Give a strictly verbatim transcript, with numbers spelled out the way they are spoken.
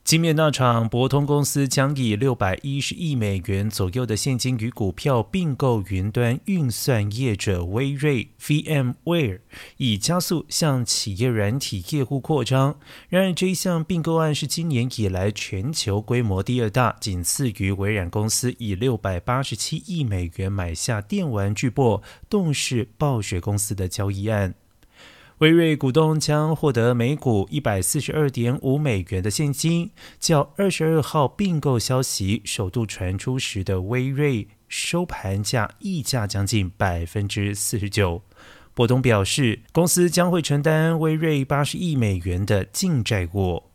今面那场，博通公司将以六百一十亿美元左右的现金与股票并购云端运算业者微锐 （VMware）， 以加速向企业软体业务扩张。然而，这一项并购案是今年以来全球规模第二大，仅次于微软公司以六百八十七亿美元买下电玩巨擘动视暴雪公司的交易案。微锐股东将获得每股 一百四十二点五美元的现金，较二十二号并购消息首度传出时的微锐收盘价溢价将近 百分之四十九。博通表示，公司将会承担微锐八十亿美元的净债务。